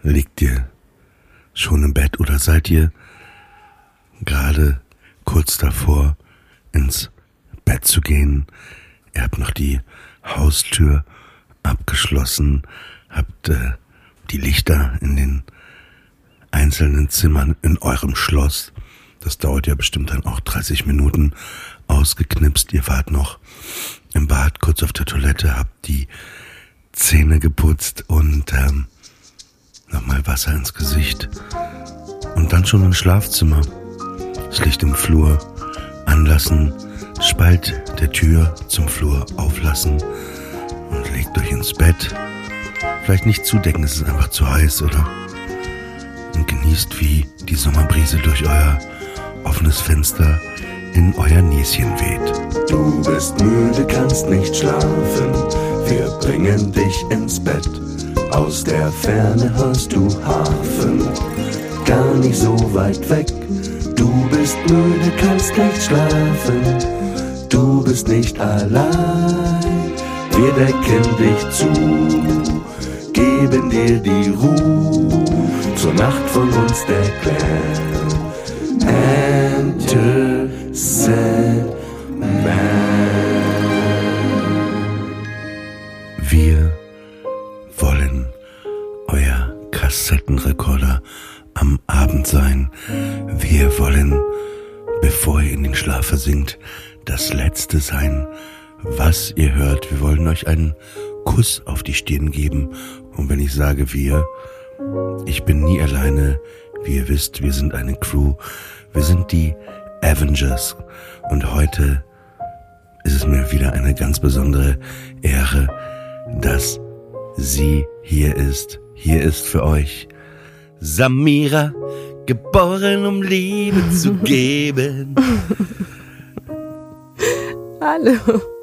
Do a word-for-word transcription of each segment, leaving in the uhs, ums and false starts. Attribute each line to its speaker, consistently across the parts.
Speaker 1: Liegt ihr schon im Bett oder seid ihr gerade kurz davor, ins Bett zu gehen? Ihr habt noch die Haustür abgeschlossen, habt äh, die Lichter in den einzelnen Zimmern in eurem Schloss, das dauert ja bestimmt dann auch dreißig Minuten, ausgeknipst. Ihr wart noch im Bad, kurz auf der Toilette, habt die Zähne geputzt und ähm, nochmal Wasser ins Gesicht. Und dann schon ins Schlafzimmer. Das Licht im Flur anlassen, Spalt der Tür zum Flur auflassen und legt euch ins Bett. Vielleicht nicht zudecken, es ist einfach zu heiß, oder? Und genießt, wie die Sommerbrise durch euer offenes Fenster in euer Näschen weht.
Speaker 2: Du bist müde, kannst nicht schlafen, wir bringen dich ins Bett. Aus der Ferne hörst du Harfen, gar nicht so weit weg. Du bist müde, kannst nicht schlafen, du bist nicht allein. Wir decken dich zu, geben dir die Ruhe. Zur Nacht von uns der Clan. Enter Sandman.
Speaker 1: Wir wollen euer Kassettenrekorder am Abend sein. Wir wollen, bevor ihr in den Schlaf versinkt, das Letzte sein, was ihr hört. Wir wollen euch einen Kuss auf die Stirn geben. Und wenn ich sage wir, ich bin nie alleine. Wie ihr wisst, wir sind eine Crew. Wir sind die Avengers. Und heute ist es mir wieder eine ganz besondere Ehre, dass sie hier ist. Hier ist für euch Samira, geboren, um Liebe zu geben.
Speaker 3: Hallo.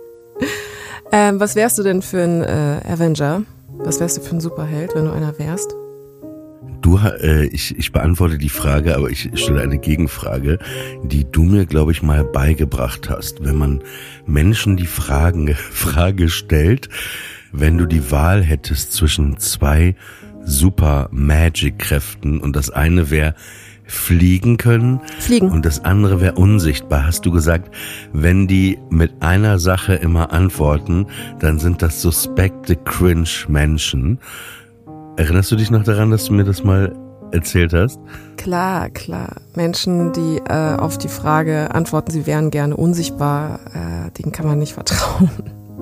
Speaker 3: Ähm, was wärst du denn für ein äh, Avenger? Was wärst du für ein Superheld, wenn du einer wärst?
Speaker 1: Du, äh, ich, ich beantworte die Frage, aber ich stelle eine Gegenfrage, die du mir, glaube ich, mal beigebracht hast. Wenn man Menschen die Fragen, Frage stellt, wenn du die Wahl hättest zwischen zwei Super-Magic-Kräften und das eine wäre fliegen können
Speaker 3: Fliegen.
Speaker 1: Und das andere wäre unsichtbar, hast du gesagt, wenn die mit einer Sache immer antworten, dann sind das suspekte Cringe-Menschen. Erinnerst du dich noch daran, dass du mir das mal erzählt hast?
Speaker 3: Klar, klar. Menschen, die äh, auf die Frage antworten, sie wären gerne unsichtbar, äh, denen kann man nicht vertrauen.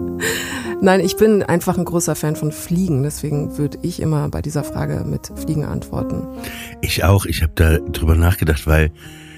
Speaker 3: Nein, ich bin einfach ein großer Fan von Fliegen, deswegen würde ich immer bei dieser Frage mit Fliegen antworten.
Speaker 1: Ich auch, ich habe da drüber nachgedacht, weil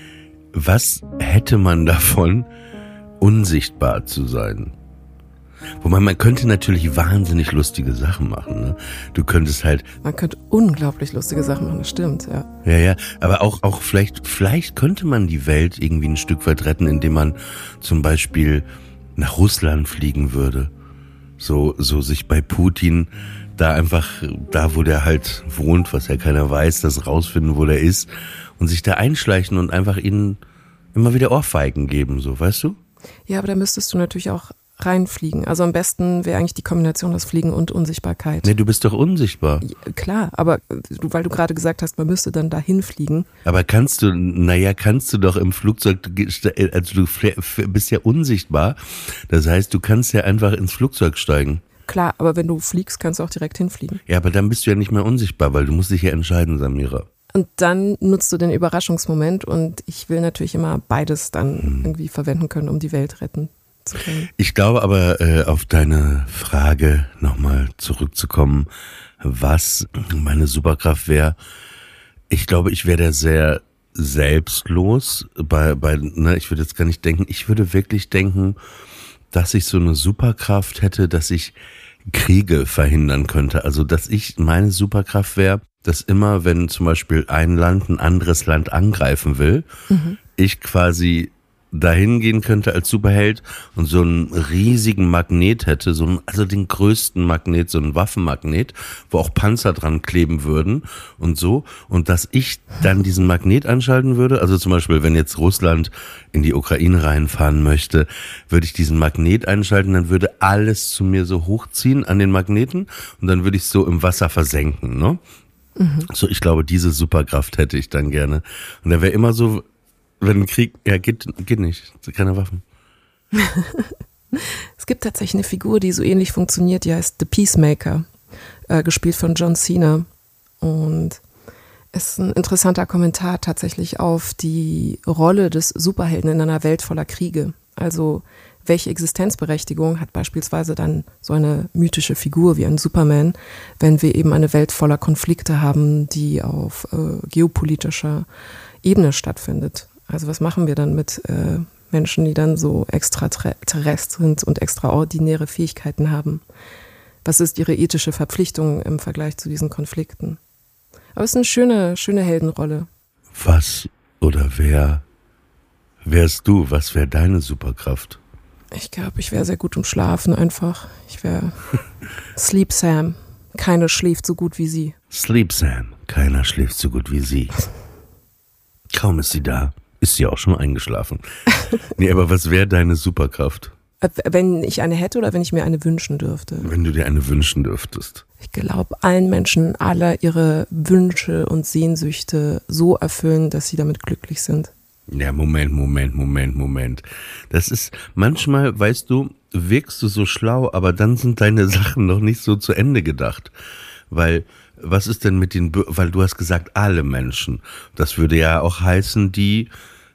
Speaker 1: was hätte man davon, unsichtbar zu sein? Wobei man könnte natürlich wahnsinnig lustige Sachen machen, ne? Du könntest halt...
Speaker 3: Man könnte unglaublich lustige Sachen machen, das stimmt, ja.
Speaker 1: Ja, ja, aber auch, auch vielleicht, vielleicht könnte man die Welt irgendwie ein Stück weit retten, indem man zum Beispiel nach Russland fliegen würde. So, so sich bei Putin da einfach, da wo der halt wohnt, was ja keiner weiß, das rausfinden, wo der ist und sich da einschleichen und einfach ihnen immer wieder Ohrfeigen geben, so, weißt du?
Speaker 3: Ja, aber da müsstest du natürlich auch reinfliegen. Also am besten wäre eigentlich die Kombination aus Fliegen und Unsichtbarkeit.
Speaker 1: Nee, du bist doch unsichtbar.
Speaker 3: Ja, klar, aber du, weil du gerade gesagt hast, man müsste dann dahin fliegen.
Speaker 1: Aber kannst du, naja, kannst du doch im Flugzeug, also du bist ja unsichtbar. Das heißt, du kannst ja einfach ins Flugzeug steigen.
Speaker 3: Klar, aber wenn du fliegst, kannst du auch direkt hinfliegen.
Speaker 1: Ja, aber dann bist du ja nicht mehr unsichtbar, weil du musst dich ja entscheiden, Samira.
Speaker 3: Und dann nutzt du den Überraschungsmoment und ich will natürlich immer beides dann hm. irgendwie verwenden können, um die Welt retten.
Speaker 1: Ich glaube aber, äh, auf deine Frage nochmal zurückzukommen, was meine Superkraft wäre. Ich glaube, ich wäre da sehr selbstlos. Bei, bei, ne, ich würde jetzt gar nicht denken, ich würde wirklich denken, dass ich so eine Superkraft hätte, dass ich Kriege verhindern könnte. Also, dass ich, meine Superkraft wäre, dass immer, wenn zum Beispiel ein Land ein anderes Land angreifen will, mhm. ich quasi dahin gehen könnte als Superheld und so einen riesigen Magnet hätte, so einen, also den größten Magnet, so einen Waffenmagnet, wo auch Panzer dran kleben würden und so, und dass ich dann diesen Magnet anschalten würde, also zum Beispiel, wenn jetzt Russland in die Ukraine reinfahren möchte, würde ich diesen Magnet einschalten, dann würde alles zu mir so hochziehen an den Magneten und dann würde ich es so im Wasser versenken, ne?
Speaker 3: Mhm.
Speaker 1: So, ich glaube, diese Superkraft hätte ich dann gerne. Und da wäre immer so, wenn ein Krieg, ja, geht, geht nicht, keine Waffen.
Speaker 3: Es gibt tatsächlich eine Figur, die so ähnlich funktioniert, die heißt The Peacemaker, äh, gespielt von John Cena. Und es ist ein interessanter Kommentar tatsächlich auf die Rolle des Superhelden in einer Welt voller Kriege. Also welche Existenzberechtigung hat beispielsweise dann so eine mythische Figur wie ein Superman, wenn wir eben eine Welt voller Konflikte haben, die auf äh, geopolitischer Ebene stattfindet. Also was machen wir dann mit äh, Menschen, die dann so extraterrest sind und extraordinäre Fähigkeiten haben? Was ist ihre ethische Verpflichtung im Vergleich zu diesen Konflikten? Aber es ist eine schöne, schöne Heldenrolle.
Speaker 1: Was oder wer wärst du? Was wäre deine Superkraft?
Speaker 3: Ich glaube, ich wäre sehr gut im Schlafen einfach. Ich wäre Sleep Sam. Keiner schläft so gut wie sie.
Speaker 1: Sleep Sam. Keiner schläft so gut wie sie. Kaum ist sie da, ist sie auch schon eingeschlafen. Nee, aber was wäre deine Superkraft?
Speaker 3: Wenn ich eine hätte oder wenn ich mir eine wünschen dürfte?
Speaker 1: Wenn du dir eine wünschen dürftest.
Speaker 3: Ich glaube, allen Menschen alle ihre Wünsche und Sehnsüchte so erfüllen, dass sie damit glücklich sind.
Speaker 1: Ja, Moment, Moment, Moment, Moment. Das ist, manchmal, weißt du, wirkst du so schlau, aber dann sind deine Sachen noch nicht so zu Ende gedacht. Weil, was ist denn mit den, weil du hast gesagt, alle Menschen. Das würde ja auch heißen, die,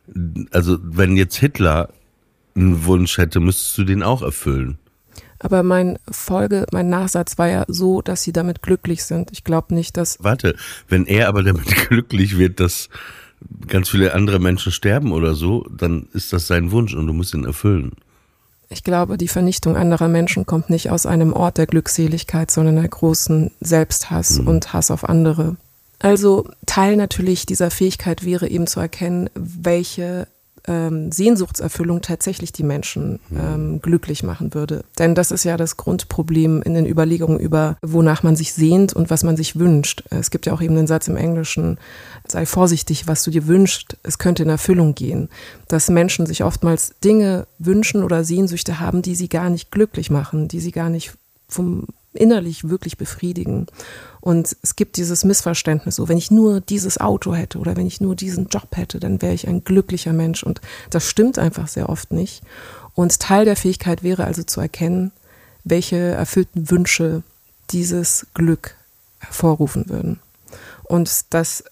Speaker 1: also wenn jetzt Hitler einen Wunsch hätte, müsstest du den auch erfüllen.
Speaker 3: Aber mein Folge, mein Nachsatz war ja so, dass sie damit glücklich sind. Ich glaube nicht, dass...
Speaker 1: Warte, wenn er aber damit glücklich wird, dass ganz viele andere Menschen sterben oder so, dann ist das sein Wunsch und du musst ihn erfüllen.
Speaker 3: Ich glaube, die Vernichtung anderer Menschen kommt nicht aus einem Ort der Glückseligkeit, sondern der großen Selbsthass mhm. und Hass auf andere. Also Teil natürlich dieser Fähigkeit wäre eben zu erkennen, welche ähm, Sehnsuchtserfüllung tatsächlich die Menschen ähm, glücklich machen würde. Denn das ist ja das Grundproblem in den Überlegungen über, wonach man sich sehnt und was man sich wünscht. Es gibt ja auch eben den Satz im Englischen, sei vorsichtig, was du dir wünschst, es könnte in Erfüllung gehen. Dass Menschen sich oftmals Dinge wünschen oder Sehnsüchte haben, die sie gar nicht glücklich machen, die sie gar nicht vom innerlich wirklich befriedigen. Und es gibt dieses Missverständnis, so wenn ich nur dieses Auto hätte oder wenn ich nur diesen Job hätte, dann wäre ich ein glücklicher Mensch. Und das stimmt einfach sehr oft nicht. Und Teil der Fähigkeit wäre also zu erkennen, welche erfüllten Wünsche dieses Glück hervorrufen würden. Und das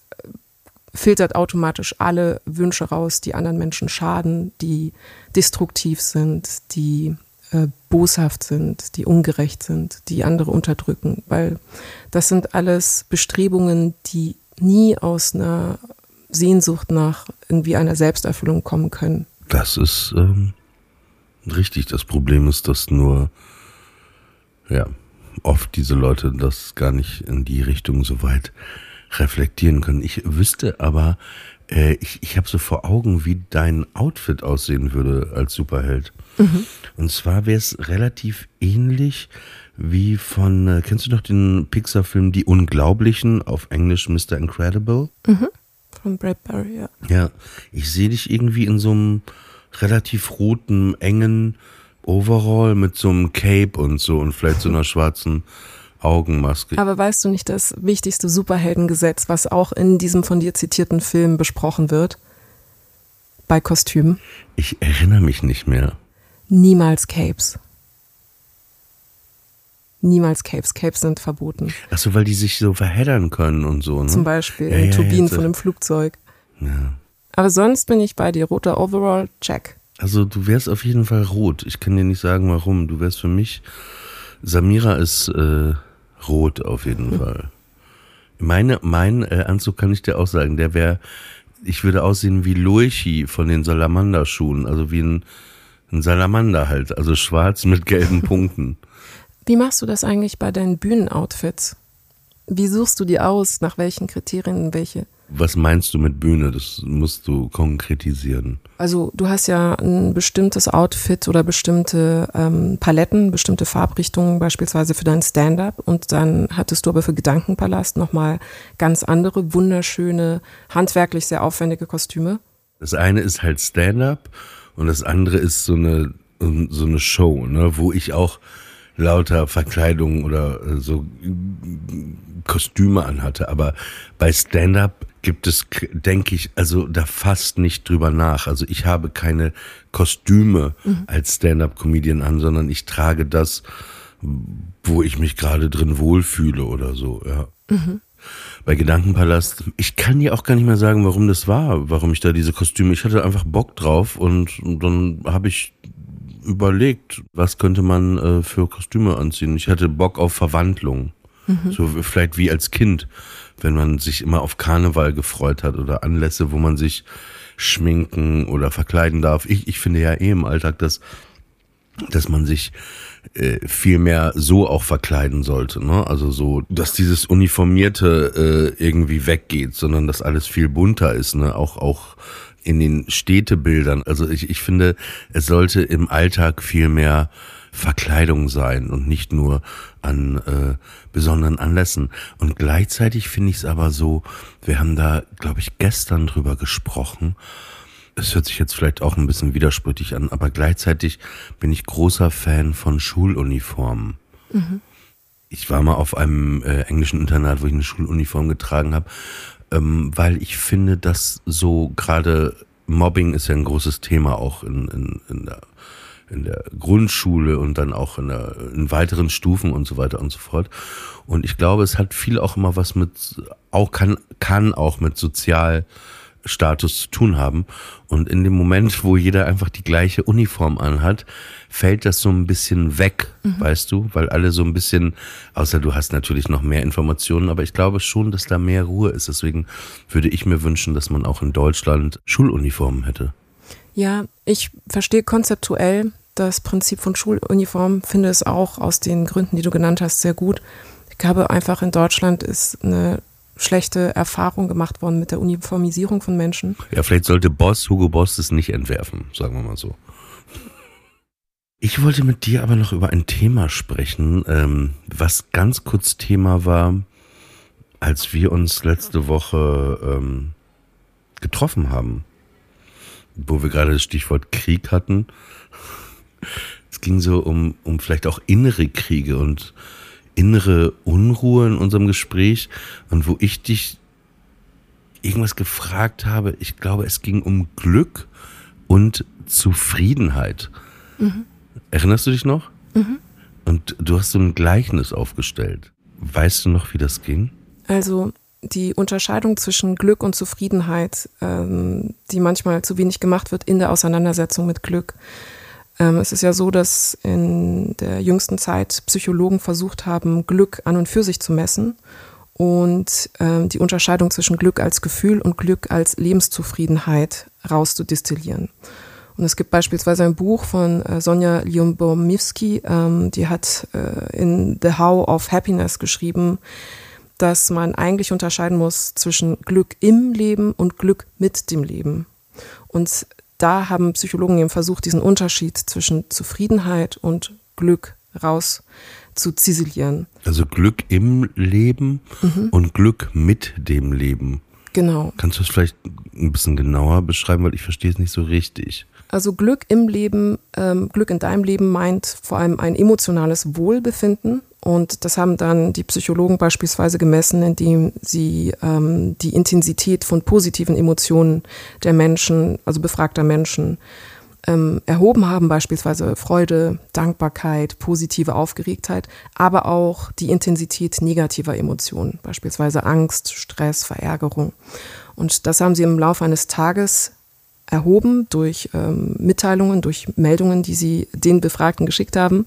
Speaker 3: filtert automatisch alle Wünsche raus, die anderen Menschen schaden, die destruktiv sind, die äh, boshaft sind, die ungerecht sind, die andere unterdrücken, weil das sind alles Bestrebungen, die nie aus einer Sehnsucht nach irgendwie einer Selbsterfüllung kommen können.
Speaker 1: Das ist ähm, richtig. Das Problem ist, dass nur ja oft diese Leute das gar nicht in die Richtung so weit reflektieren können. Ich wüsste aber, äh, ich, ich habe so vor Augen, wie dein Outfit aussehen würde als Superheld. Mhm. Und zwar wäre es relativ ähnlich wie von, äh, kennst du noch den Pixar-Film Die Unglaublichen, auf Englisch Mister Incredible?
Speaker 3: Mhm. Von Bradbury, ja.
Speaker 1: Ja, ich sehe dich irgendwie in so einem relativ roten, engen Overall mit so einem Cape und so und vielleicht so einer schwarzen Augenmaske.
Speaker 3: Aber weißt du nicht das wichtigste Superheldengesetz, was auch in diesem von dir zitierten Film besprochen wird? Bei Kostümen?
Speaker 1: Ich erinnere mich nicht mehr.
Speaker 3: Niemals Capes. Niemals Capes. Capes sind verboten.
Speaker 1: Ach so, weil die sich so verheddern können und so, ne?
Speaker 3: Zum Beispiel
Speaker 1: ja,
Speaker 3: in
Speaker 1: ja,
Speaker 3: Turbinen
Speaker 1: ja,
Speaker 3: von einem Flugzeug.
Speaker 1: Ja.
Speaker 3: Aber sonst bin ich bei dir. Roter Overall, check.
Speaker 1: Also du wärst auf jeden Fall rot. Ich kann dir nicht sagen, warum. Du wärst für mich, Samira ist äh, rot auf jeden hm. Fall. Meine, mein äh, Anzug kann ich dir auch sagen, der wäre, ich würde aussehen wie Lurchi von den Salamander-Schuhen. Also wie ein, ein Salamander halt. Also schwarz mit gelben Punkten.
Speaker 3: Wie machst du das eigentlich bei deinen Bühnenoutfits? Wie suchst du die aus? Nach welchen Kriterien? Welche?
Speaker 1: Was meinst du mit Bühne? Das musst du konkretisieren.
Speaker 3: Also du hast ja ein bestimmtes Outfit oder bestimmte ähm, Paletten, bestimmte Farbrichtungen beispielsweise für dein Stand-up und dann hattest du aber für Gedankenpalast nochmal ganz andere, wunderschöne, handwerklich sehr aufwendige Kostüme.
Speaker 1: Das eine ist halt Stand-up und das andere ist so eine, so eine Show, ne, wo ich auch lauter Verkleidungen oder so Kostüme anhatte. Aber bei Stand-up gibt es, denke ich, also da fast nicht drüber nach. Also ich habe keine Kostüme mhm. als Stand-up-Comedian an, sondern ich trage das, wo ich mich gerade drin wohlfühle oder so, ja. Mhm. Bei Gedankenpalast, ich kann dir auch gar nicht mehr sagen, warum das war, warum ich da diese Kostüme, ich hatte einfach Bock drauf und, und dann habe ich überlegt, was könnte man äh, für Kostüme anziehen. Ich hatte Bock auf Verwandlung, mhm. so vielleicht wie als Kind, wenn man sich immer auf Karneval gefreut hat oder Anlässe, wo man sich schminken oder verkleiden darf. Ich, ich finde ja eh im Alltag, dass, dass man sich äh, viel mehr so auch verkleiden sollte, ne? Also so, dass dieses Uniformierte äh, irgendwie weggeht, sondern dass alles viel bunter ist, ne? Auch auch in den Städtebildern. Also ich ich finde, es sollte im Alltag viel mehr Verkleidung sein und nicht nur an äh, besonderen Anlässen. Und gleichzeitig finde ich es aber so, wir haben da, glaube ich, gestern drüber gesprochen. Es hört sich jetzt vielleicht auch ein bisschen widersprüchlich an, aber gleichzeitig bin ich großer Fan von Schuluniformen. Mhm. Ich war mal auf einem äh, englischen Internat, wo ich eine Schuluniform getragen habe, ähm, weil ich finde, dass so gerade Mobbing ist ja ein großes Thema auch in, in, in der in der Grundschule und dann auch in, der, in weiteren Stufen und so weiter und so fort. Und ich glaube, es hat viel auch immer was mit, auch kann, kann auch mit Sozialstatus zu tun haben. Und in dem Moment, wo jeder einfach die gleiche Uniform anhat, fällt das so ein bisschen weg, mhm. weißt du? Weil alle so ein bisschen, außer du hast natürlich noch mehr Informationen, aber ich glaube schon, dass da mehr Ruhe ist. Deswegen würde ich mir wünschen, dass man auch in Deutschland Schuluniformen hätte.
Speaker 3: Ja, ich verstehe konzeptuell das Prinzip von Schuluniform, finde es auch aus den Gründen, die du genannt hast, sehr gut. Ich glaube einfach, in Deutschland ist eine schlechte Erfahrung gemacht worden mit der Uniformisierung von Menschen.
Speaker 1: Ja, vielleicht sollte Boss, Hugo Boss, das nicht entwerfen, sagen wir mal so. Ich wollte mit dir aber noch über ein Thema sprechen, ähm, was ganz kurz Thema war, als wir uns letzte Woche ähm, getroffen haben, wo wir gerade das Stichwort Krieg hatten. Es ging so um, um vielleicht auch innere Kriege und innere Unruhe in unserem Gespräch und wo ich dich irgendwas gefragt habe, ich glaube, es ging um Glück und Zufriedenheit. Mhm. Erinnerst du dich noch? Mhm. Und du hast so ein Gleichnis aufgestellt. Weißt du noch, wie das ging?
Speaker 3: Also die Unterscheidung zwischen Glück und Zufriedenheit, ähm, die manchmal zu wenig gemacht wird in der Auseinandersetzung mit Glück. Ähm, es ist ja so, dass in der jüngsten Zeit Psychologen versucht haben, Glück an und für sich zu messen und ähm, die Unterscheidung zwischen Glück als Gefühl und Glück als Lebenszufriedenheit rauszudestillieren. Und es gibt beispielsweise ein Buch von äh, Sonja Lyubomirsky, ähm, die hat äh, in The How of Happiness geschrieben, dass man eigentlich unterscheiden muss zwischen Glück im Leben und Glück mit dem Leben. Und da haben Psychologen eben versucht, diesen Unterschied zwischen Zufriedenheit und Glück raus zu ziselieren.
Speaker 1: Also Glück im Leben mhm. und Glück mit dem Leben.
Speaker 3: Genau.
Speaker 1: Kannst du es vielleicht ein bisschen genauer beschreiben, weil ich verstehe es nicht so richtig.
Speaker 3: Also Glück im Leben, ähm, Glück in deinem Leben meint vor allem ein emotionales Wohlbefinden. Und das haben dann die Psychologen beispielsweise gemessen, indem sie ähm, die Intensität von positiven Emotionen der Menschen, also befragter Menschen, ähm, erhoben haben, beispielsweise Freude, Dankbarkeit, positive Aufgeregtheit, aber auch die Intensität negativer Emotionen, beispielsweise Angst, Stress, Verärgerung. Und das haben sie im Laufe eines Tages erhoben durch ähm, Mitteilungen, durch Meldungen, die sie den Befragten geschickt haben.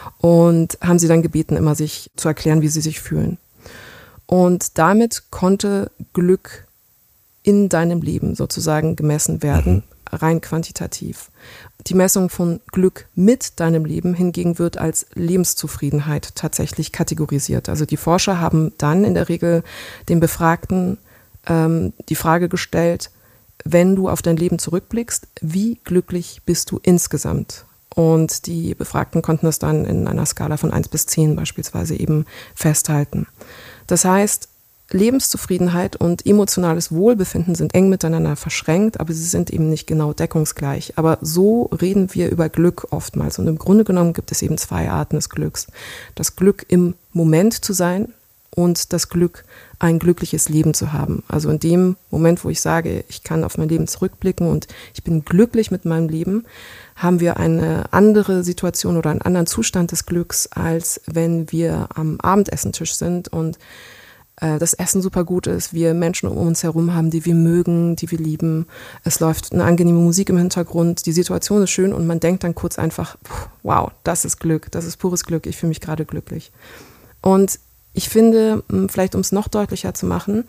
Speaker 3: Und haben sie dann gebeten, immer sich zu erklären, wie sie sich fühlen. Und damit konnte Glück in deinem Leben sozusagen gemessen werden, mhm. rein quantitativ. Die Messung von Glück mit deinem Leben hingegen wird als Lebenszufriedenheit tatsächlich kategorisiert. Also die Forscher haben dann in der Regel den Befragten ähm, die Frage gestellt, wenn du auf dein Leben zurückblickst, wie glücklich bist du insgesamt? Und die Befragten konnten es dann in einer Skala von eins bis zehn beispielsweise eben festhalten. Das heißt, Lebenszufriedenheit und emotionales Wohlbefinden sind eng miteinander verschränkt, aber sie sind eben nicht genau deckungsgleich. Aber so reden wir über Glück oftmals. Und im Grunde genommen gibt es eben zwei Arten des Glücks. Das Glück im Moment zu sein, und das Glück, ein glückliches Leben zu haben. Also in dem Moment, wo ich sage, ich kann auf mein Leben zurückblicken und ich bin glücklich mit meinem Leben, haben wir eine andere Situation oder einen anderen Zustand des Glücks, als wenn wir am Abendessentisch sind und äh, das Essen super gut ist, wir Menschen um uns herum haben, die wir mögen, die wir lieben. Es läuft eine angenehme Musik im Hintergrund, die Situation ist schön und man denkt dann kurz einfach, wow, das ist Glück, das ist pures Glück, ich fühle mich gerade glücklich. Und ich finde, vielleicht um es noch deutlicher zu machen,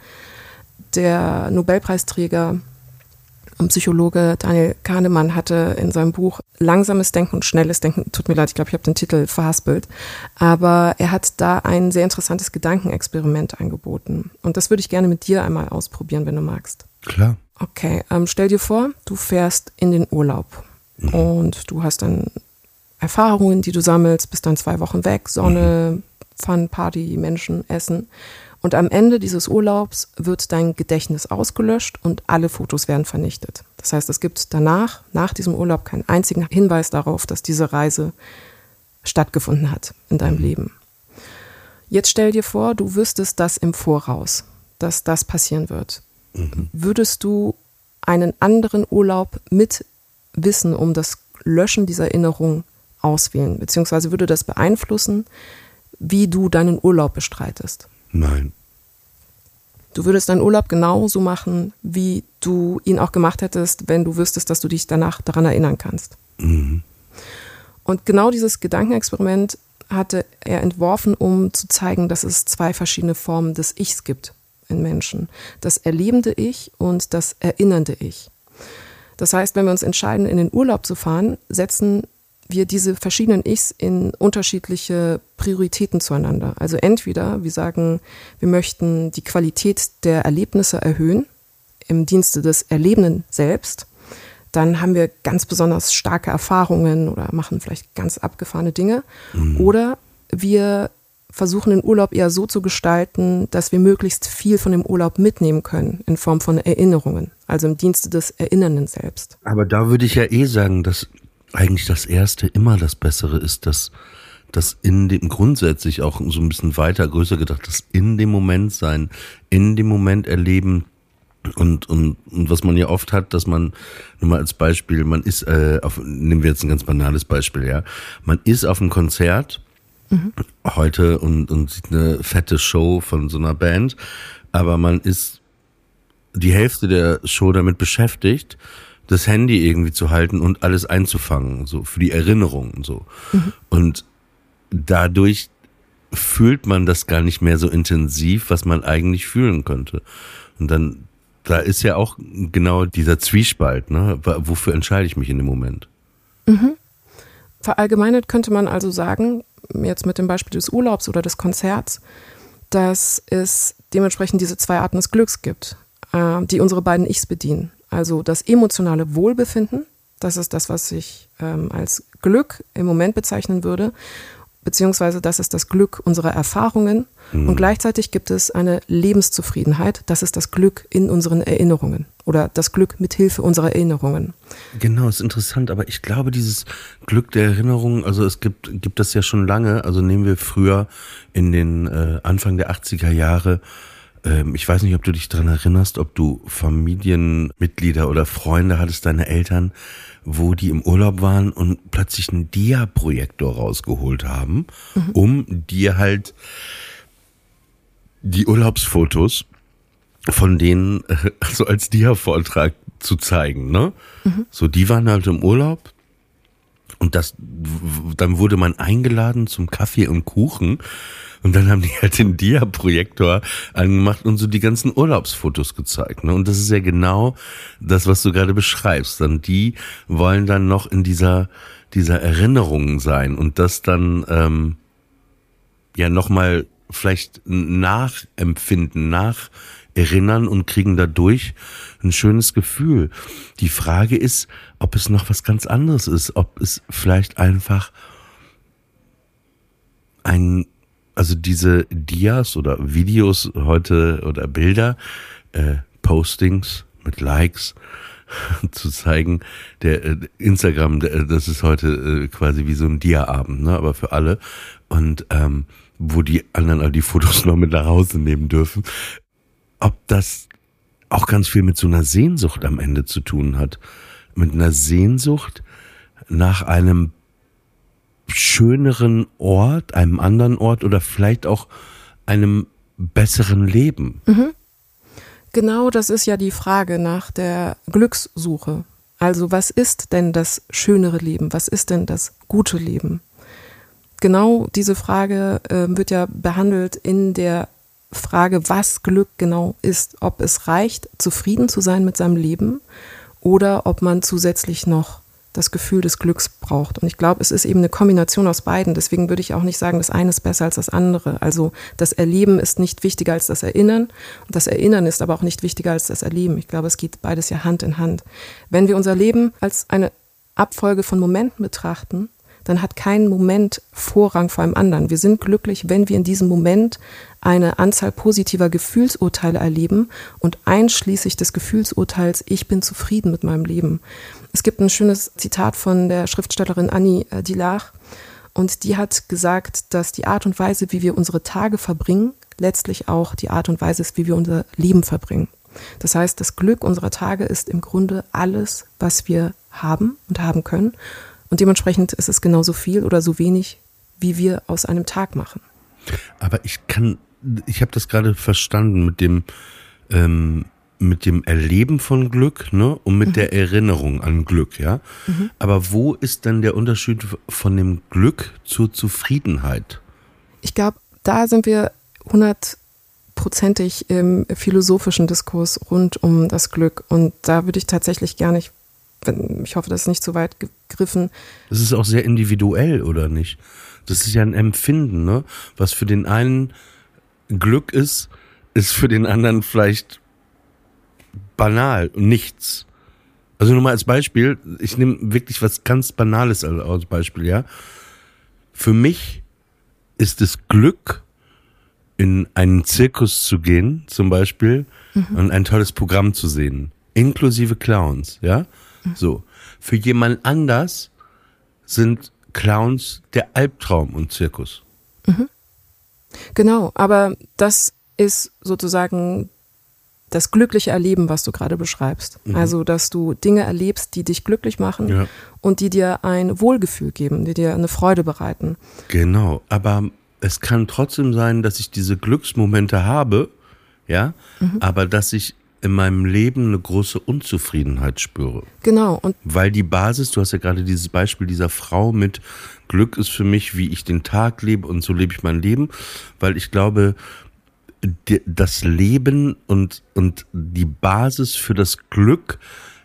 Speaker 3: der Nobelpreisträger und Psychologe Daniel Kahnemann hatte in seinem Buch Langsames Denken und Schnelles Denken, tut mir leid, ich glaube, ich habe den Titel verhaspelt, aber er hat da ein sehr interessantes Gedankenexperiment angeboten. Und das würde ich gerne mit dir einmal ausprobieren, wenn du magst.
Speaker 1: Klar.
Speaker 3: Okay, ähm, stell dir vor, du fährst in den Urlaub mhm. und du hast dann Erfahrungen, die du sammelst, bist dann zwei Wochen weg, Sonne, mhm. Fun, Party, Menschen, Essen. Und am Ende dieses Urlaubs wird dein Gedächtnis ausgelöscht und alle Fotos werden vernichtet. Das heißt, es gibt danach, nach diesem Urlaub, keinen einzigen Hinweis darauf, dass diese Reise stattgefunden hat in deinem mhm. Leben. Jetzt stell dir vor, du wüsstest das im Voraus, dass das passieren wird. Mhm. Würdest du einen anderen Urlaub mit Wissen um das Löschen dieser Erinnerung auswählen? Beziehungsweise würde das beeinflussen, wie du deinen Urlaub bestreitest?
Speaker 1: Nein.
Speaker 3: Du würdest deinen Urlaub genauso machen, wie du ihn auch gemacht hättest, wenn du wüsstest, dass du dich danach daran erinnern kannst.
Speaker 1: Mhm.
Speaker 3: Und genau dieses Gedankenexperiment hatte er entworfen, um zu zeigen, dass es zwei verschiedene Formen des Ichs gibt in Menschen. Das erlebende Ich und das erinnernde Ich. Das heißt, wenn wir uns entscheiden, in den Urlaub zu fahren, setzen wir diese verschiedenen Ichs in unterschiedliche Prioritäten zueinander. Also entweder wir sagen, wir möchten die Qualität der Erlebnisse erhöhen im Dienste des Erlebenden selbst, dann haben wir ganz besonders starke Erfahrungen oder machen vielleicht ganz abgefahrene Dinge. Mhm. Oder wir versuchen den Urlaub eher so zu gestalten, dass wir möglichst viel von dem Urlaub mitnehmen können in Form von Erinnerungen, also im Dienste des Erinnernden selbst.
Speaker 1: Aber da würde ich ja eh sagen, dass eigentlich das Erste immer das Bessere ist, dass das in dem, grundsätzlich auch so ein bisschen weiter, größer gedacht, das in dem Moment sein, in dem Moment erleben und, und, und was man ja oft hat, dass man, nur mal als Beispiel, man ist, äh, auf, nehmen wir jetzt ein ganz banales Beispiel, ja, man ist auf einem Konzert mhm. heute und, und sieht eine fette Show von so einer Band, aber man ist die Hälfte der Show damit beschäftigt, das Handy irgendwie zu halten und alles einzufangen, so für die Erinnerung und so. Mhm. Und dadurch fühlt man das gar nicht mehr so intensiv, was man eigentlich fühlen könnte. Und dann, da ist ja auch genau dieser Zwiespalt, ne? Wofür entscheide ich mich in dem Moment?
Speaker 3: Mhm. Verallgemeinert könnte man also sagen, jetzt mit dem Beispiel des Urlaubs oder des Konzerts, dass es dementsprechend diese zwei Arten des Glücks gibt, die unsere beiden Ichs bedienen. Also das emotionale Wohlbefinden, das ist das, was ich ähm, als Glück im Moment bezeichnen würde, beziehungsweise das ist das Glück unserer Erfahrungen. Mhm. Und gleichzeitig gibt es eine Lebenszufriedenheit, das ist das Glück in unseren Erinnerungen oder das Glück mit Hilfe unserer Erinnerungen.
Speaker 1: Genau, ist interessant, aber ich glaube, dieses Glück der Erinnerung, also es gibt, gibt das ja schon lange, also nehmen wir früher in den äh, Anfang der achtziger Jahre. Ich weiß nicht, ob du dich daran erinnerst, ob du Familienmitglieder oder Freunde hattest, deine Eltern, wo die im Urlaub waren und plötzlich einen Dia-Projektor rausgeholt haben, mhm. um dir halt die Urlaubsfotos von denen so als Dia-Vortrag zu zeigen, ne? Mhm. So, die waren halt im Urlaub und das, dann wurde man eingeladen zum Kaffee und Kuchen. Und dann haben die halt den Dia-Projektor angemacht und so die ganzen Urlaubsfotos gezeigt. Ne? Und das ist ja genau das, was du gerade beschreibst. Dann die wollen dann noch in dieser dieser Erinnerung sein und das dann ähm, ja nochmal vielleicht nachempfinden, nacherinnern und kriegen dadurch ein schönes Gefühl. Die Frage ist, ob es noch was ganz anderes ist, ob es vielleicht einfach ein Also diese Dias oder Videos heute oder Bilder, äh, Postings mit Likes zu zeigen, der äh, Instagram, der, das ist heute äh, quasi wie so ein Dia-Abend, ne, aber für alle. Und ähm, wo die anderen all die Fotos noch mit nach Hause nehmen dürfen, ob das auch ganz viel mit so einer Sehnsucht am Ende zu tun hat. Mit einer Sehnsucht nach einem schöneren Ort, einem anderen Ort oder vielleicht auch einem besseren Leben.
Speaker 3: Mhm. Genau, das ist ja die Frage nach der Glückssuche. Also was ist denn das schönere Leben? Was ist denn das gute Leben? Genau diese Frage äh, wird ja behandelt in der Frage, was Glück genau ist. Ob es reicht, zufrieden zu sein mit seinem Leben oder ob man zusätzlich noch das Gefühl des Glücks braucht. Und ich glaube, es ist eben eine Kombination aus beiden. Deswegen würde ich auch nicht sagen, das eine ist besser als das andere. Also das Erleben ist nicht wichtiger als das Erinnern. Und das Erinnern ist aber auch nicht wichtiger als das Erleben. Ich glaube, es geht beides ja Hand in Hand. Wenn wir unser Leben als eine Abfolge von Momenten betrachten, dann hat kein Moment Vorrang vor einem anderen. Wir sind glücklich, wenn wir in diesem Moment eine Anzahl positiver Gefühlsurteile erleben und einschließlich des Gefühlsurteils, ich bin zufrieden mit meinem Leben. Es gibt ein schönes Zitat von der Schriftstellerin Annie Dillard und die hat gesagt, dass die Art und Weise, wie wir unsere Tage verbringen, letztlich auch die Art und Weise ist, wie wir unser Leben verbringen. Das heißt, das Glück unserer Tage ist im Grunde alles, was wir haben und haben können. Und dementsprechend ist es genauso viel oder so wenig, wie wir aus einem Tag machen.
Speaker 1: Aber ich kann, ich habe das gerade verstanden mit dem, ähm, mit dem Erleben von Glück, ne, und mit mhm. der Erinnerung an Glück, ja. Mhm. Aber wo ist denn der Unterschied von dem Glück zur Zufriedenheit?
Speaker 3: Ich glaube, da sind wir hundertprozentig im philosophischen Diskurs rund um das Glück. Und da würde ich tatsächlich gerne, ich Ich hoffe, das ist nicht zu weit gegriffen.
Speaker 1: Das ist auch sehr individuell, oder nicht? Das ist ja ein Empfinden, ne? Was für den einen Glück ist, ist für den anderen vielleicht banal und nichts. Also nur mal als Beispiel, ich nehme wirklich was ganz Banales als Beispiel, ja? Für mich ist es Glück, in einen Zirkus zu gehen, zum Beispiel, mhm. und ein tolles Programm zu sehen, inklusive Clowns, ja? So, für jemand anders sind Clowns der Albtraum und Zirkus.
Speaker 3: Mhm. Genau, aber das ist sozusagen das glückliche Erleben, was du gerade beschreibst. Mhm. Also, dass du Dinge erlebst, die dich glücklich machen ja. und die dir ein Wohlgefühl geben, die dir eine Freude bereiten.
Speaker 1: Genau, aber es kann trotzdem sein, dass ich diese Glücksmomente habe, ja, mhm. aber dass ich in meinem Leben eine große Unzufriedenheit spüre.
Speaker 3: Genau. Und
Speaker 1: weil die Basis, du hast ja gerade dieses Beispiel dieser Frau mit Glück ist für mich, wie ich den Tag lebe und so lebe ich mein Leben, weil ich glaube, die, das Leben und, und die Basis für das Glück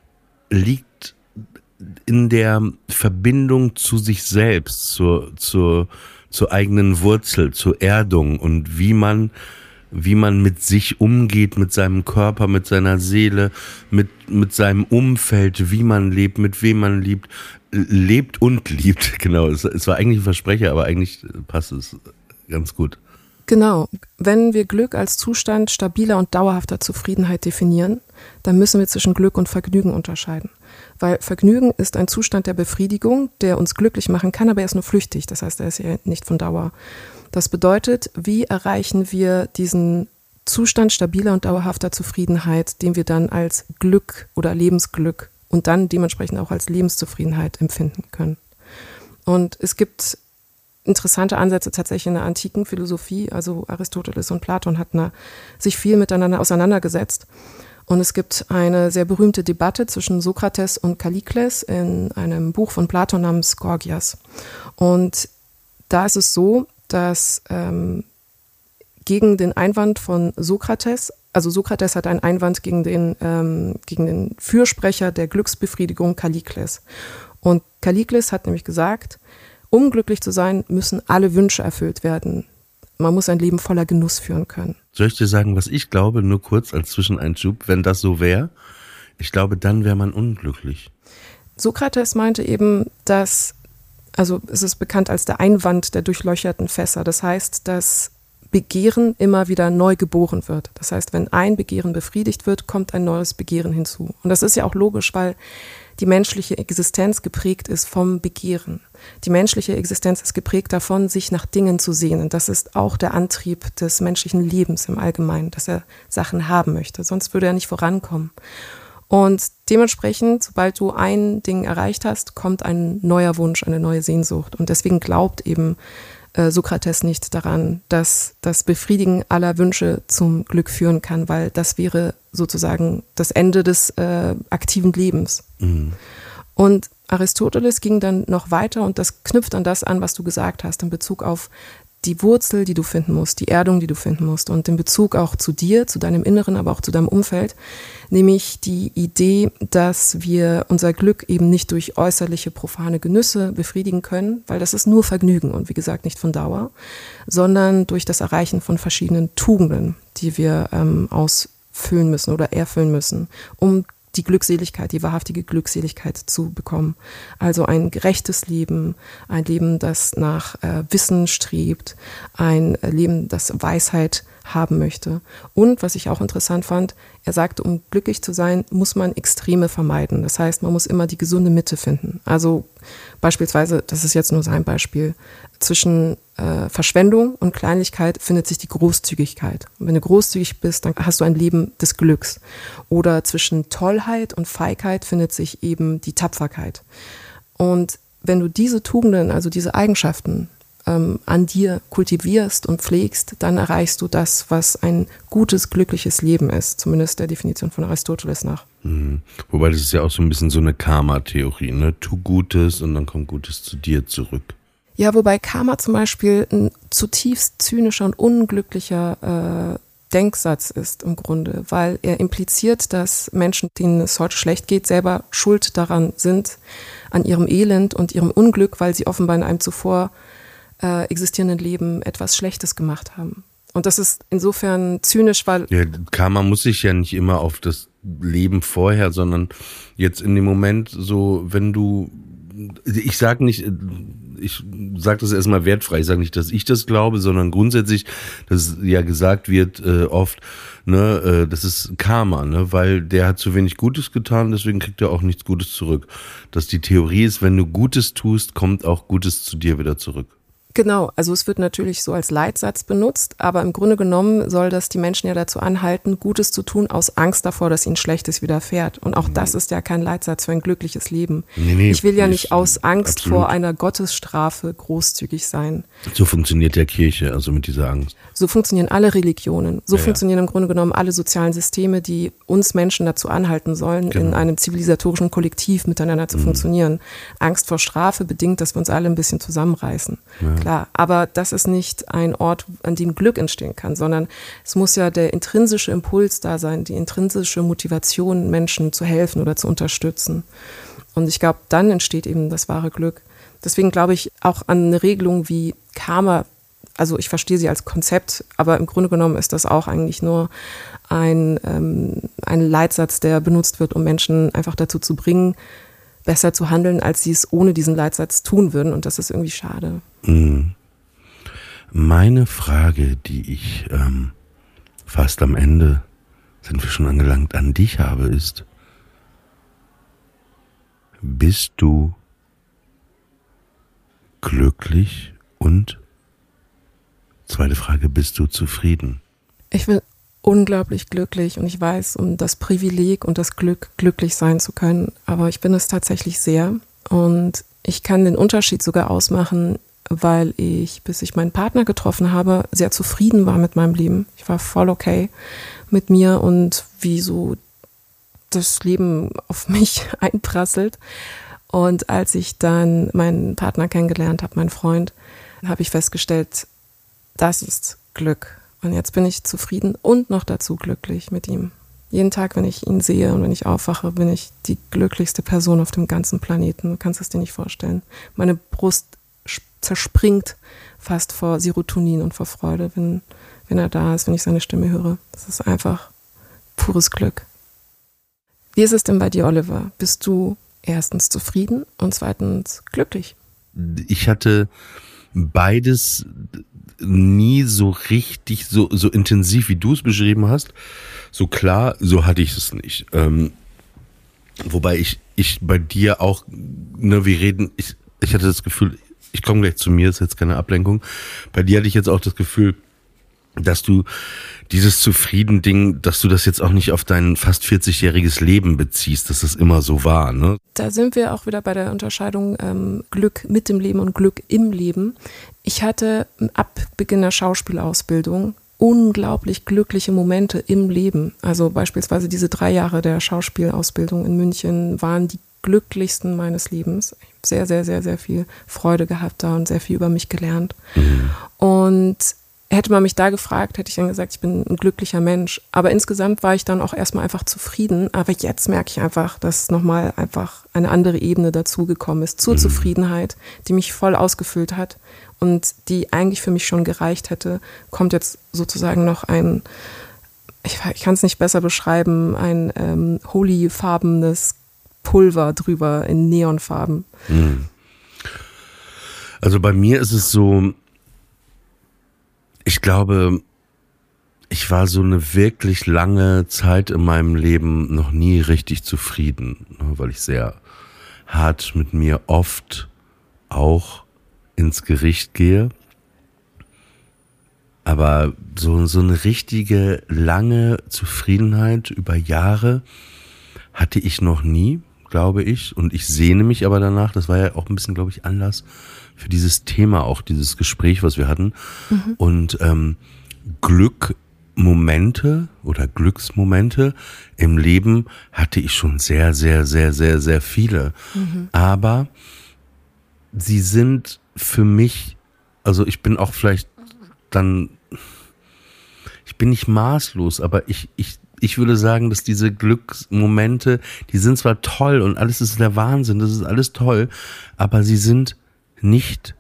Speaker 1: liegt in der Verbindung zu sich selbst, zur, zur, zur eigenen Wurzel, zur Erdung und wie man wie man mit sich umgeht, mit seinem Körper, mit seiner Seele, mit, mit seinem Umfeld, wie man lebt, mit wem man liebt, lebt und liebt. Genau, es, es war eigentlich ein Versprecher, aber eigentlich passt es ganz gut.
Speaker 3: Genau, wenn wir Glück als Zustand stabiler und dauerhafter Zufriedenheit definieren, dann müssen wir zwischen Glück und Vergnügen unterscheiden. Weil Vergnügen ist ein Zustand der Befriedigung, der uns glücklich machen kann, aber er ist nur flüchtig, das heißt, er ist ja nicht von Dauer. Das bedeutet, wie erreichen wir diesen Zustand stabiler und dauerhafter Zufriedenheit, den wir dann als Glück oder Lebensglück und dann dementsprechend auch als Lebenszufriedenheit empfinden können. Und es gibt interessante Ansätze tatsächlich in der antiken Philosophie, also Aristoteles und Platon hatten sich viel miteinander auseinandergesetzt. Und es gibt eine sehr berühmte Debatte zwischen Sokrates und Kallikles in einem Buch von Platon namens Gorgias. Und da ist es so, dass ähm, gegen den Einwand von Sokrates, also Sokrates hat einen Einwand gegen den, ähm, gegen den Fürsprecher der Glücksbefriedigung Kallikles. Und Kallikles hat nämlich gesagt, um glücklich zu sein, müssen alle Wünsche erfüllt werden. Man muss ein Leben voller Genuss führen können.
Speaker 1: Soll ich dir sagen, was ich glaube, nur kurz als Zwischeneinschub, wenn das so wäre? Ich glaube, dann wäre man unglücklich.
Speaker 3: Sokrates meinte eben, dass, also es ist bekannt als der Einwand der durchlöcherten Fässer. Das heißt, dass Begehren immer wieder neu geboren wird. Das heißt, wenn ein Begehren befriedigt wird, kommt ein neues Begehren hinzu. Und das ist ja auch logisch, weil die menschliche Existenz geprägt ist vom Begehren. Die menschliche Existenz ist geprägt davon, sich nach Dingen zu sehnen. Das ist auch der Antrieb des menschlichen Lebens im Allgemeinen, dass er Sachen haben möchte. Sonst würde er nicht vorankommen. Und dementsprechend, sobald du ein Ding erreicht hast, kommt ein neuer Wunsch, eine neue Sehnsucht. Und deswegen glaubt eben äh, Sokrates nicht daran, dass das Befriedigen aller Wünsche zum Glück führen kann, weil das wäre sozusagen das Ende des äh, aktiven Lebens. Mhm. Und Aristoteles ging dann noch weiter und das knüpft an das an, was du gesagt hast, in Bezug auf die Wurzel, die du finden musst, die Erdung, die du finden musst und in Bezug auch zu dir, zu deinem Inneren, aber auch zu deinem Umfeld, nämlich die Idee, dass wir unser Glück eben nicht durch äußerliche profane Genüsse befriedigen können, weil das ist nur Vergnügen und wie gesagt nicht von Dauer, sondern durch das Erreichen von verschiedenen Tugenden, die wir ähm, ausfüllen müssen oder erfüllen müssen, um die Glückseligkeit, die wahrhaftige Glückseligkeit zu bekommen. Also ein gerechtes Leben, ein Leben, das nach äh, Wissen strebt, ein Leben, das Weisheit haben möchte. Und was ich auch interessant fand, er sagte, um glücklich zu sein, muss man Extreme vermeiden. Das heißt, man muss immer die gesunde Mitte finden. Also beispielsweise, das ist jetzt nur sein Beispiel, zwischen äh, Verschwendung und Kleinlichkeit findet sich die Großzügigkeit. Und wenn du großzügig bist, dann hast du ein Leben des Glücks. Oder zwischen Tollheit und Feigheit findet sich eben die Tapferkeit. Und wenn du diese Tugenden, also diese Eigenschaften ähm, an dir kultivierst und pflegst, dann erreichst du das, was ein gutes, glückliches Leben ist. Zumindest der Definition von Aristoteles nach.
Speaker 1: Mhm. Wobei das ist ja auch so ein bisschen so eine Karma-Theorie, ne? Tu Gutes und dann kommt Gutes zu dir zurück.
Speaker 3: Ja, wobei Karma zum Beispiel ein zutiefst zynischer und unglücklicher äh, Denksatz ist im Grunde, weil er impliziert, dass Menschen, denen es heute schlecht geht, selber schuld daran sind, an ihrem Elend und ihrem Unglück, weil sie offenbar in einem zuvor äh, existierenden Leben etwas Schlechtes gemacht haben. Und das ist insofern zynisch, weil...
Speaker 1: Ja, Karma muss sich ja nicht immer auf das Leben vorher, sondern jetzt in dem Moment so, wenn du... Ich sag nicht, ich sage das erstmal wertfrei, ich sage nicht, dass ich das glaube, sondern grundsätzlich, dass ja gesagt wird äh, oft, ne, äh, das ist Karma, ne, weil der hat zu wenig Gutes getan, deswegen kriegt er auch nichts Gutes zurück. Dass die Theorie ist, wenn du Gutes tust, kommt auch Gutes zu dir wieder zurück.
Speaker 3: Genau, also es wird natürlich so als Leitsatz benutzt, aber im Grunde genommen soll das die Menschen ja dazu anhalten, Gutes zu tun, aus Angst davor, dass ihnen Schlechtes widerfährt. Und auch das ist ja kein Leitsatz für ein glückliches Leben. Nee, nee, ich will ja nicht aus Angst absolut. vor einer Gottesstrafe großzügig sein.
Speaker 1: So funktioniert ja Kirche, also mit dieser Angst.
Speaker 3: So funktionieren alle Religionen. So
Speaker 1: ja,
Speaker 3: funktionieren im Grunde genommen alle sozialen Systeme, die uns Menschen dazu anhalten sollen, genau. in einem zivilisatorischen Kollektiv miteinander zu mhm. funktionieren. Angst vor Strafe bedingt, dass wir uns alle ein bisschen zusammenreißen. Ja. Klar, aber das ist nicht ein Ort, an dem Glück entstehen kann, sondern es muss ja der intrinsische Impuls da sein, die intrinsische Motivation, Menschen zu helfen oder zu unterstützen. Und ich glaube, dann entsteht eben das wahre Glück. Deswegen glaube ich auch an eine Regelung wie Karma. Also ich verstehe sie als Konzept, aber im Grunde genommen ist das auch eigentlich nur ein, ähm, ein Leitsatz, der benutzt wird, um Menschen einfach dazu zu bringen, besser zu handeln, als sie es ohne diesen Leitsatz tun würden. Und das ist irgendwie schade.
Speaker 1: Mhm. Meine Frage, die ich ähm, fast am Ende, sind wir schon angelangt, an dich habe, ist, bist du glücklich und zweite Frage, bist du zufrieden?
Speaker 3: Ich bin unglaublich glücklich und ich weiß um das Privileg und das Glück, glücklich sein zu können, aber ich bin es tatsächlich sehr und ich kann den Unterschied sogar ausmachen, weil ich, bis ich meinen Partner getroffen habe, sehr zufrieden war mit meinem Leben. Ich war voll okay mit mir und wie so das Leben auf mich einprasselt. Und als ich dann meinen Partner kennengelernt habe, meinen Freund, habe ich festgestellt, das ist Glück. Und jetzt bin ich zufrieden und noch dazu glücklich mit ihm. Jeden Tag, wenn ich ihn sehe und wenn ich aufwache, bin ich die glücklichste Person auf dem ganzen Planeten. Du kannst es dir nicht vorstellen. Meine Brust zerspringt fast vor Serotonin und vor Freude, wenn, wenn er da ist, wenn ich seine Stimme höre. Das ist einfach pures Glück. Wie ist es denn bei dir, Oliver? Bist du erstens zufrieden und zweitens glücklich?
Speaker 1: Ich hatte beides nie so richtig, so, so intensiv, wie du es beschrieben hast. So klar, so hatte ich es nicht. Ähm, wobei ich, ich bei dir auch, ne, wir reden, ich, ich hatte das Gefühl, ich komme gleich zu mir, ist jetzt keine Ablenkung. Bei dir hatte ich jetzt auch das Gefühl, dass du dieses Zufrieden-Ding, dass du das jetzt auch nicht auf dein fast vierzigjähriges Leben beziehst, dass das immer so war, ne?
Speaker 3: Da sind wir auch wieder bei der Unterscheidung ähm, Glück mit dem Leben und Glück im Leben. Ich hatte ab Beginn der Schauspielausbildung unglaublich glückliche Momente im Leben. Also beispielsweise diese drei Jahre der Schauspielausbildung in München waren die glücklichsten meines Lebens. Ich habe sehr, sehr, sehr, sehr viel Freude gehabt da und sehr viel über mich gelernt. Mhm. Und hätte man mich da gefragt, hätte ich dann gesagt, ich bin ein glücklicher Mensch. Aber insgesamt war ich dann auch erstmal einfach zufrieden. Aber jetzt merke ich einfach, dass nochmal einfach eine andere Ebene dazugekommen ist zur mhm. Zufriedenheit, die mich voll ausgefüllt hat und die eigentlich für mich schon gereicht hätte. Kommt jetzt sozusagen noch ein, ich, ich kann es nicht besser beschreiben, ein ähm, holy-farbenes Pulver drüber in Neonfarben.
Speaker 1: Mhm. Also bei mir ist es so, ich glaube, ich war so eine wirklich lange Zeit in meinem Leben noch nie richtig zufrieden, weil ich sehr hart mit mir oft auch ins Gericht gehe. Aber so, so eine richtige lange Zufriedenheit über Jahre hatte ich noch nie, glaube ich. Und ich sehne mich aber danach, das war ja auch ein bisschen, glaube ich, Anlass für dieses Thema, auch dieses Gespräch, was wir hatten. Mhm. Und ähm, Glückmomente oder Glücksmomente im Leben hatte ich schon sehr, sehr, sehr, sehr, sehr viele. Mhm. Aber sie sind für mich, also ich bin auch vielleicht dann, ich bin nicht maßlos, aber ich, ich, ich würde sagen, dass diese Glücksmomente, die sind zwar toll und alles ist der Wahnsinn, das ist alles toll, aber sie sind nicht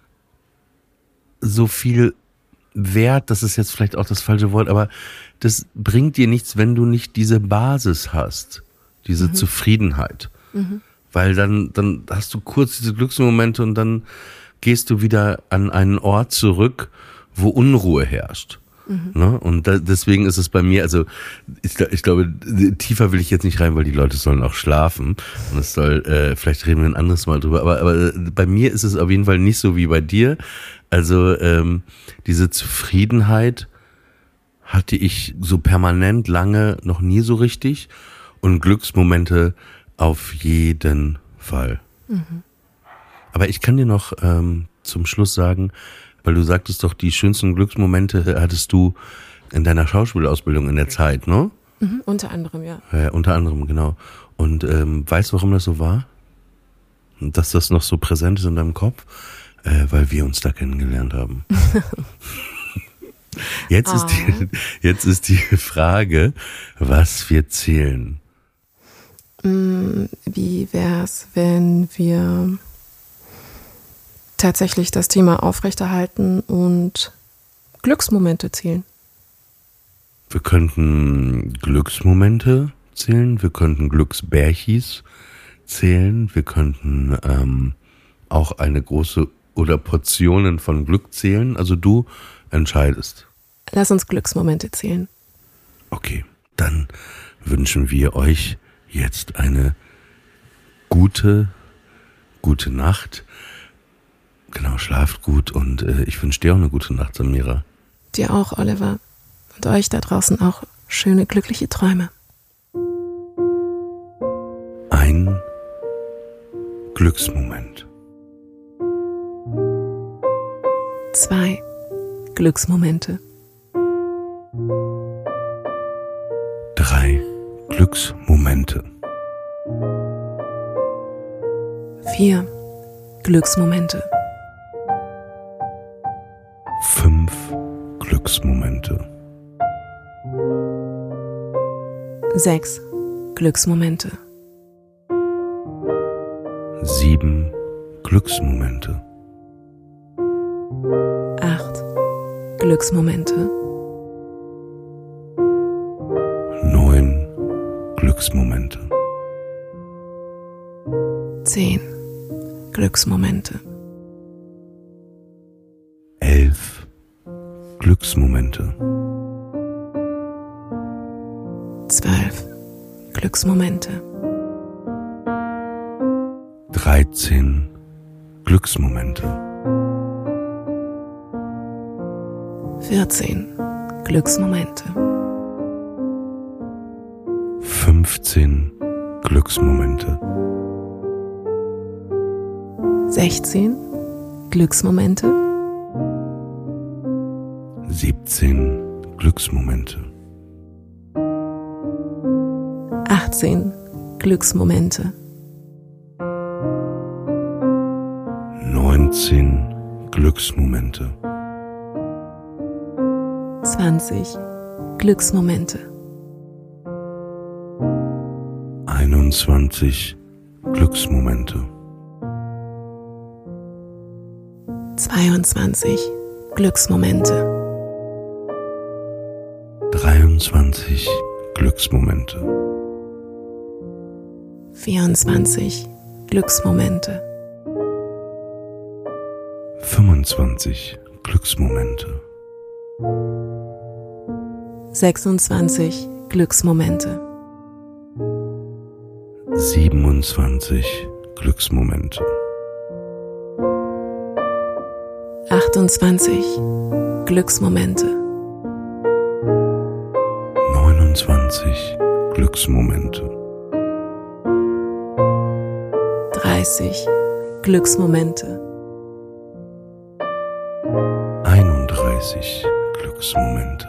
Speaker 1: so viel wert, das ist jetzt vielleicht auch das falsche Wort, aber das bringt dir nichts, wenn du nicht diese Basis hast, diese mhm. Zufriedenheit. Mhm. Weil dann, dann hast du kurz diese Glücksmomente und dann gehst du wieder an einen Ort zurück, wo Unruhe herrscht. Mhm. Ne? Und da, deswegen ist es bei mir, also ich, ich glaube, tiefer will ich jetzt nicht rein, weil die Leute sollen auch schlafen und es soll, äh, vielleicht reden wir ein anderes Mal drüber, aber, aber bei mir ist es auf jeden Fall nicht so wie bei dir. Also ähm, diese Zufriedenheit hatte ich so permanent lange noch nie so richtig und Glücksmomente auf jeden Fall. Mhm. Aber ich kann dir noch ähm, zum Schluss sagen, weil du sagtest doch, die schönsten Glücksmomente hattest du in deiner Schauspielausbildung in der Zeit, ne?
Speaker 3: Mhm, unter anderem, ja.
Speaker 1: Ja, unter anderem, genau. Und ähm, weißt du, warum das so war? Dass das noch so präsent ist in deinem Kopf? Äh, weil wir uns da kennengelernt haben. Jetzt ist die, jetzt ist die Frage, was wir zählen.
Speaker 3: Wie wär's, wenn wir tatsächlich das Thema aufrechterhalten und Glücksmomente zählen?
Speaker 1: Wir könnten Glücksmomente zählen, wir könnten Glücksbärchis zählen, wir könnten ähm, auch eine große oder Portionen von Glück zählen. Also du entscheidest.
Speaker 3: Lass uns Glücksmomente zählen.
Speaker 1: Okay, dann wünschen wir euch jetzt eine gute, gute Nacht. Genau, schlaft gut und äh, ich wünsche dir auch eine gute Nacht, Samira.
Speaker 3: Dir auch, Oliver. Und euch da draußen auch schöne, glückliche Träume.
Speaker 1: Ein Glücksmoment.
Speaker 3: Zwei Glücksmomente.
Speaker 1: Drei Glücksmomente.
Speaker 3: Vier Glücksmomente.
Speaker 1: Fünf Glücksmomente.
Speaker 3: Sechs Glücksmomente.
Speaker 1: Sieben Glücksmomente.
Speaker 3: Acht Glücksmomente.
Speaker 1: Neun Glücksmomente.
Speaker 3: Zehn Glücksmomente.
Speaker 1: Glücksmomente.
Speaker 3: zwölf Glücksmomente.
Speaker 1: dreizehn Glücksmomente.
Speaker 3: vierzehn Glücksmomente.
Speaker 1: fünfzehn Glücksmomente.
Speaker 3: sechzehn Glücksmomente.
Speaker 1: siebzehn Glücksmomente.
Speaker 3: achtzehn Glücksmomente.
Speaker 1: neunzehn Glücksmomente.
Speaker 3: zwanzig Glücksmomente.
Speaker 1: einundzwanzig Glücksmomente.
Speaker 3: zweiundzwanzig Glücksmomente.
Speaker 1: dreiundzwanzig Glücksmomente.
Speaker 3: vierundzwanzig Glücksmomente.
Speaker 1: fünfundzwanzig Glücksmomente.
Speaker 3: sechsundzwanzig Glücksmomente.
Speaker 1: siebenundzwanzig Glücksmomente.
Speaker 3: achtundzwanzig Glücksmomente.
Speaker 1: neunundzwanzig Glücksmomente.
Speaker 3: dreißig Glücksmomente.
Speaker 1: einunddreißig Glücksmomente.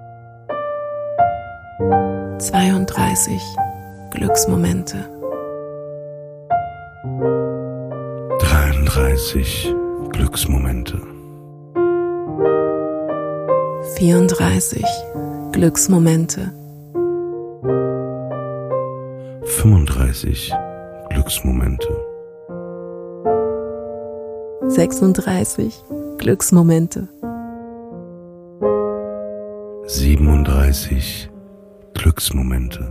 Speaker 3: zweiunddreißig Glücksmomente.
Speaker 1: dreiunddreißig Glücksmomente.
Speaker 3: vierunddreißig Glücksmomente.
Speaker 1: fünfunddreißig Glücksmomente.
Speaker 3: sechsunddreißig Glücksmomente.
Speaker 1: siebenunddreißig Glücksmomente.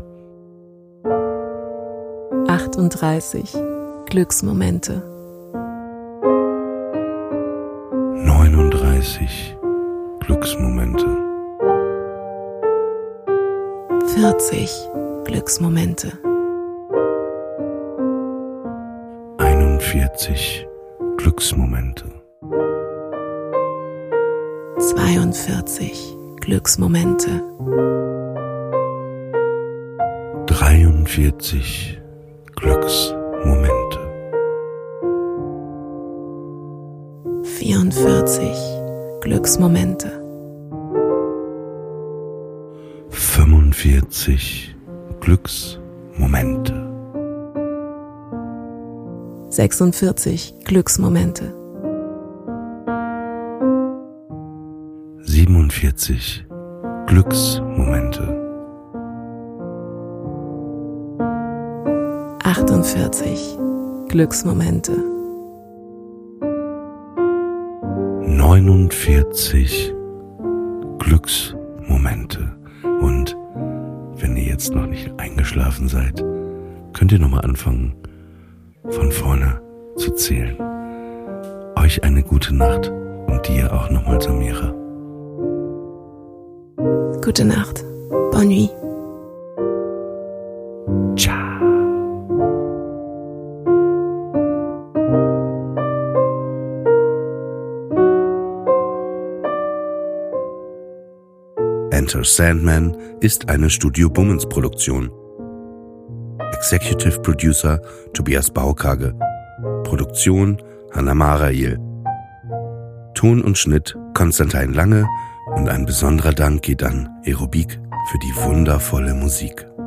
Speaker 3: achtunddreißig Glücksmomente.
Speaker 1: neununddreißig Glücksmomente.
Speaker 3: vierzig Glücksmomente.
Speaker 1: einundvierzig Glücksmomente.
Speaker 3: zweiundvierzig Glücksmomente.
Speaker 1: dreiundvierzig Glücksmomente.
Speaker 3: vierundvierzig Glücksmomente.
Speaker 1: fünfundvierzig Glücksmomente.
Speaker 3: sechsundvierzig Glücksmomente.
Speaker 1: siebenundvierzig Glücksmomente.
Speaker 3: achtundvierzig Glücksmomente.
Speaker 1: neunundvierzig Glücksmomente. Und wenn ihr jetzt noch nicht eingeschlafen seid, könnt ihr nochmal anfangen, von vorne zu zählen. Euch eine gute Nacht und dir auch nochmal, Samira.
Speaker 3: Gute Nacht. Bonne nuit.
Speaker 1: Ciao. Enter Sandman ist eine Studio Bummens Produktion. Executive Producer Tobias Baukage. Produktion Hanna Marail. Ton und Schnitt Konstantin Lange und ein besonderer Dank geht an Aerobik für die wundervolle Musik.